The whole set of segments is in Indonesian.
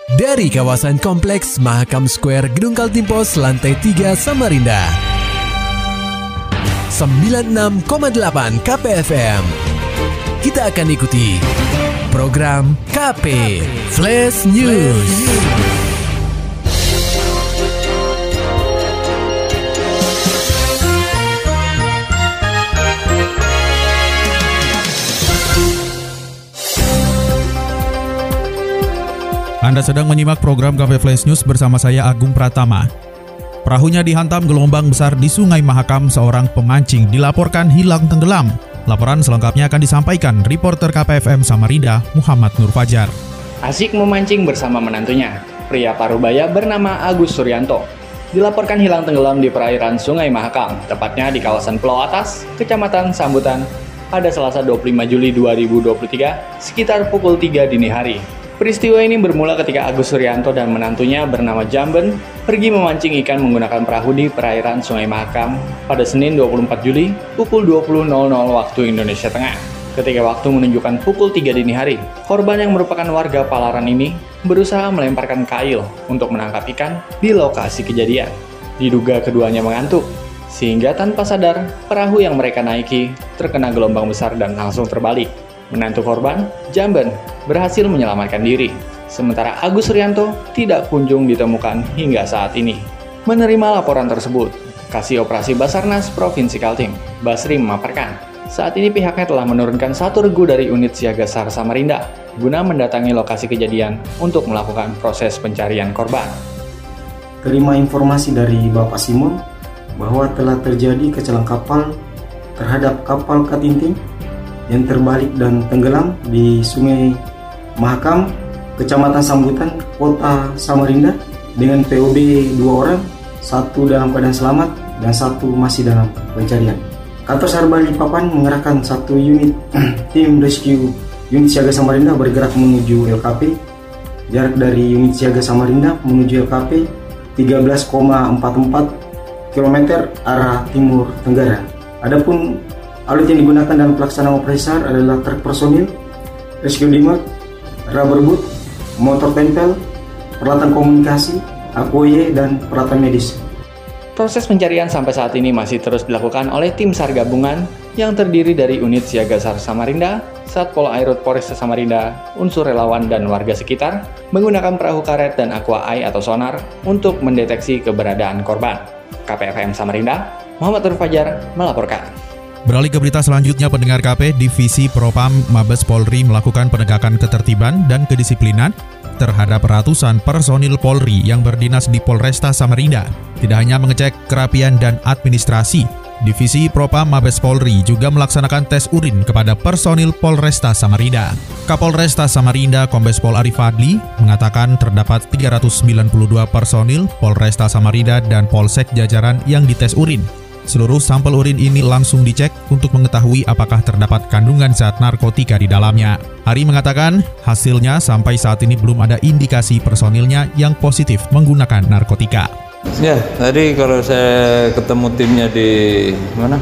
Dari kawasan Kompleks Mahakam Square Gedung Kaltim Pos lantai 3 Samarinda. 96,8 KPFM. Kita akan ikuti program KP Flash News. Anda sedang menyimak program KP Flash News bersama saya Agung Pratama. Perahunya dihantam gelombang besar di Sungai Mahakam, seorang pemancing dilaporkan hilang tenggelam. Laporan selengkapnya akan disampaikan reporter KPFM Samarinda, Muhammad Nur Fajar. Asik memancing bersama menantunya, pria Parubaya bernama Agus Suryanto dilaporkan hilang tenggelam di perairan Sungai Mahakam, tepatnya di kawasan Pulau Atas, Kecamatan Sambutan, pada Selasa 25 Juli 2023, sekitar pukul 3 dini hari. Peristiwa ini bermula ketika Agus Suryanto dan menantunya bernama Jamben pergi memancing ikan menggunakan perahu di perairan Sungai Mahakam pada Senin 24 Juli pukul 20.00 waktu Indonesia Tengah. Ketika waktu menunjukkan pukul 3 dini hari, korban yang merupakan warga Palaran ini berusaha melemparkan kail untuk menangkap ikan di lokasi kejadian. Diduga keduanya mengantuk, sehingga tanpa sadar perahu yang mereka naiki terkena gelombang besar dan langsung terbalik. Menantu korban, Jamben, berhasil menyelamatkan diri, sementara Agus Suryanto tidak kunjung ditemukan hingga saat ini. Menerima laporan tersebut, Kasih Operasi Basarnas Provinsi Kaltim, Basri memaparkan, saat ini pihaknya telah menurunkan 1 regu dari unit siaga SAR Samarinda guna mendatangi lokasi kejadian untuk melakukan proses pencarian korban. Terima informasi dari Bapak Simon bahwa telah terjadi kecelakaan kapal terhadap kapal Katinting yang terbalik dan tenggelam di Sungai Mahakam, Kecamatan Sambutan, Kota Samarinda dengan POB 2 orang, 1 dalam keadaan selamat dan 1 masih dalam pencarian. Kantor SAR Balikpapan mengerahkan 1 unit tim rescue unit siaga Samarinda bergerak menuju LKP. Jarak dari unit siaga Samarinda menuju LKP 13,44 km arah timur tenggara. Adapun alat yang digunakan dalam pelaksanaan operasi SAR adalah truk personil, rescue dimot, rubber boot, motor tempel, peralatan komunikasi, APOY, dan peralatan medis. Proses pencarian sampai saat ini masih terus dilakukan oleh tim SAR gabungan yang terdiri dari unit siaga SAR Samarinda, Satpol Airut Polresta Samarinda, unsur relawan dan warga sekitar menggunakan perahu karet dan aqua eye atau sonar untuk mendeteksi keberadaan korban. KPFM Samarinda, Muhammad Nur Fajar melaporkan. Beralih ke berita selanjutnya, pendengar KP, Divisi Propam Mabes Polri melakukan penegakan ketertiban dan kedisiplinan terhadap ratusan personil Polri yang berdinas di Polresta Samarinda. Tidak hanya mengecek kerapian dan administrasi, Divisi Propam Mabes Polri juga melaksanakan tes urin kepada personil Polresta Samarinda. Kapolresta Samarinda Kombes Pol Arif Fadli mengatakan terdapat 392 personil Polresta Samarinda dan Polsek jajaran yang dites urin. Seluruh sampel urin ini langsung dicek untuk mengetahui apakah terdapat kandungan zat narkotika di dalamnya. Ari mengatakan hasilnya sampai saat ini belum ada indikasi personilnya yang positif menggunakan narkotika. Ya, tadi kalau saya ketemu timnya di mana?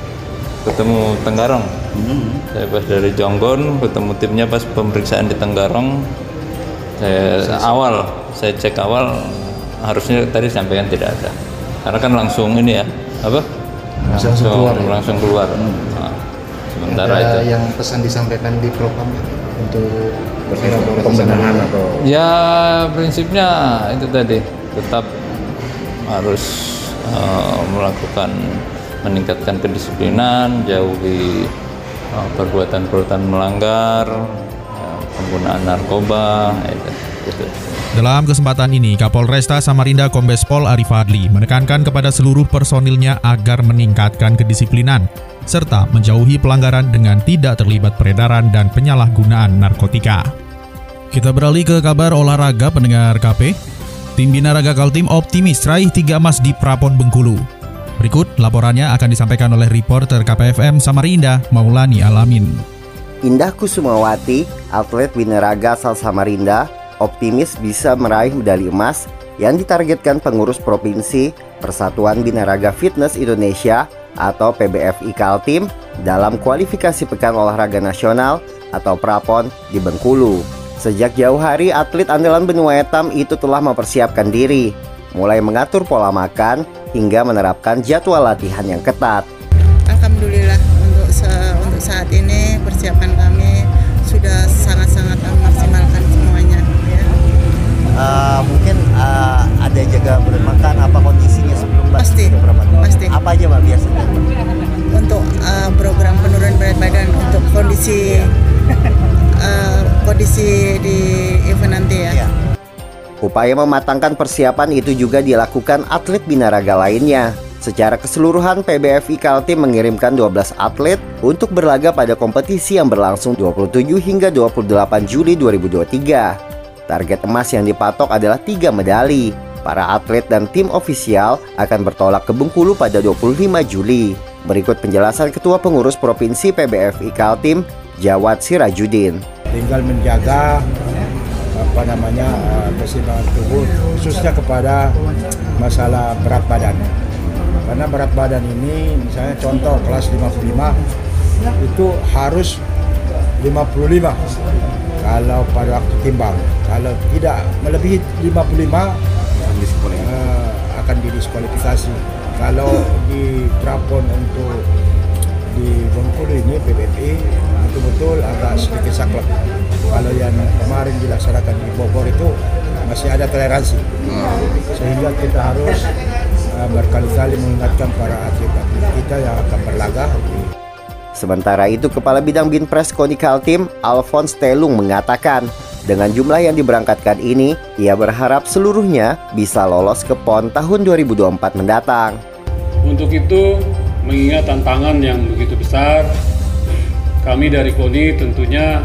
Ketemu Tenggarong. Saya pas dari Jonggon, ketemu timnya pas pemeriksaan di Tenggarong. Saya cek awal, harusnya tadi sampaikan tidak ada. Karena kan langsung ini ya, langsung keluar. Nah, sementara ada itu yang pesan disampaikan di Propam untuk pembenahan atau ya prinsipnya itu tadi tetap harus meningkatkan kedisiplinan, jauhi perbuatan-perbuatan melanggar, penggunaan narkoba gitu. Dalam kesempatan ini, Kapolresta Samarinda Kombes Pol Arif Fadli menekankan kepada seluruh personilnya agar meningkatkan kedisiplinan, serta menjauhi pelanggaran dengan tidak terlibat peredaran dan penyalahgunaan narkotika. Kita beralih ke kabar olahraga, pendengar KP. Tim Binaraga Kaltim optimis raih 3 emas di Prapon Bengkulu. Berikut laporannya akan disampaikan oleh reporter KPFM Samarinda, Maulani Alamin. Indah Kusumawati, atlet Binaraga asal Samarinda, optimis bisa meraih medali emas yang ditargetkan pengurus provinsi Persatuan Binaraga Fitness Indonesia atau PBFI Kaltim dalam kualifikasi Pekan Olahraga Nasional atau Prapon di Bengkulu. Sejak jauh hari, atlet andalan benua hitam itu telah mempersiapkan diri, mulai mengatur pola makan hingga menerapkan jadwal latihan yang ketat. Alhamdulillah untuk saat ini persiapan kami sudah sangat-sangat memaksimalkan semuanya. Ya. Mungkin ada jaga bermakan, apa kondisinya sebelum pasti. Apa aja Mbak biasanya? Untuk program penurunan berat badan untuk kondisi di event nanti ya. Upaya mematangkan persiapan itu juga dilakukan atlet binaraga lainnya. Secara keseluruhan, PBFI Kaltim mengirimkan 12 atlet untuk berlaga pada kompetisi yang berlangsung 27 hingga 28 Juli 2023. Target emas yang dipatok adalah 3 medali. Para atlet dan tim ofisial akan bertolak ke Bengkulu pada 25 Juli. Berikut penjelasan Ketua Pengurus Provinsi PBFI Kaltim, Jawad Sirajudin. Tinggal menjaga keseimbangan tubuh, khususnya kepada masalah berat badan. Karena berat badan ini, misalnya contoh kelas 55 itu harus 55 kalau pada waktu timbang. Kalau tidak melebihi 55 akan didiskualifikasi. Kalau di Prapon untuk di Bengkulu ini PBFI betul-betul agak sedikit saklek. Kalau yang kemarin dilaksanakan di Bogor itu masih ada toleransi, sehingga kita harus berkali-kali mengingatkan para atlet-atlet kita yang akan berlaga. Sementara itu, Kepala Bidang Binpres KONI Kaltim, Alphonse Telung mengatakan, dengan jumlah yang diberangkatkan ini, ia berharap seluruhnya bisa lolos ke PON tahun 2024 mendatang. Untuk itu, mengingat tantangan yang begitu besar, kami dari KONI tentunya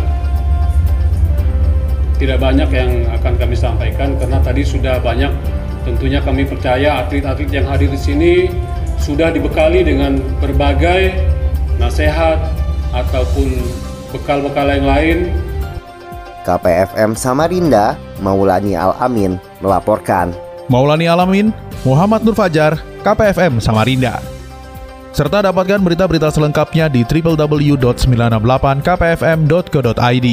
tidak banyak yang akan kami sampaikan karena tadi sudah banyak. Tentunya kami percaya atlet-atlet yang hadir di sini sudah dibekali dengan berbagai nasihat ataupun bekal-bekal yang lain. KPFM Samarinda, Maulani Al-Amin melaporkan. Maulani Al-Amin, Muhammad Nur Fajar, KPFM Samarinda. Serta dapatkan berita-berita selengkapnya di www.968kpfm.co.id.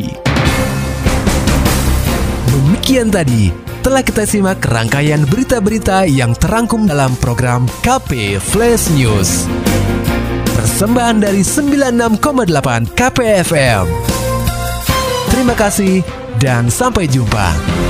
Demikian tadi telah kita simak rangkaian berita-berita yang terangkum dalam program KP Flash News. Persembahan dari 96,8 KPFM. Terima kasih dan sampai jumpa.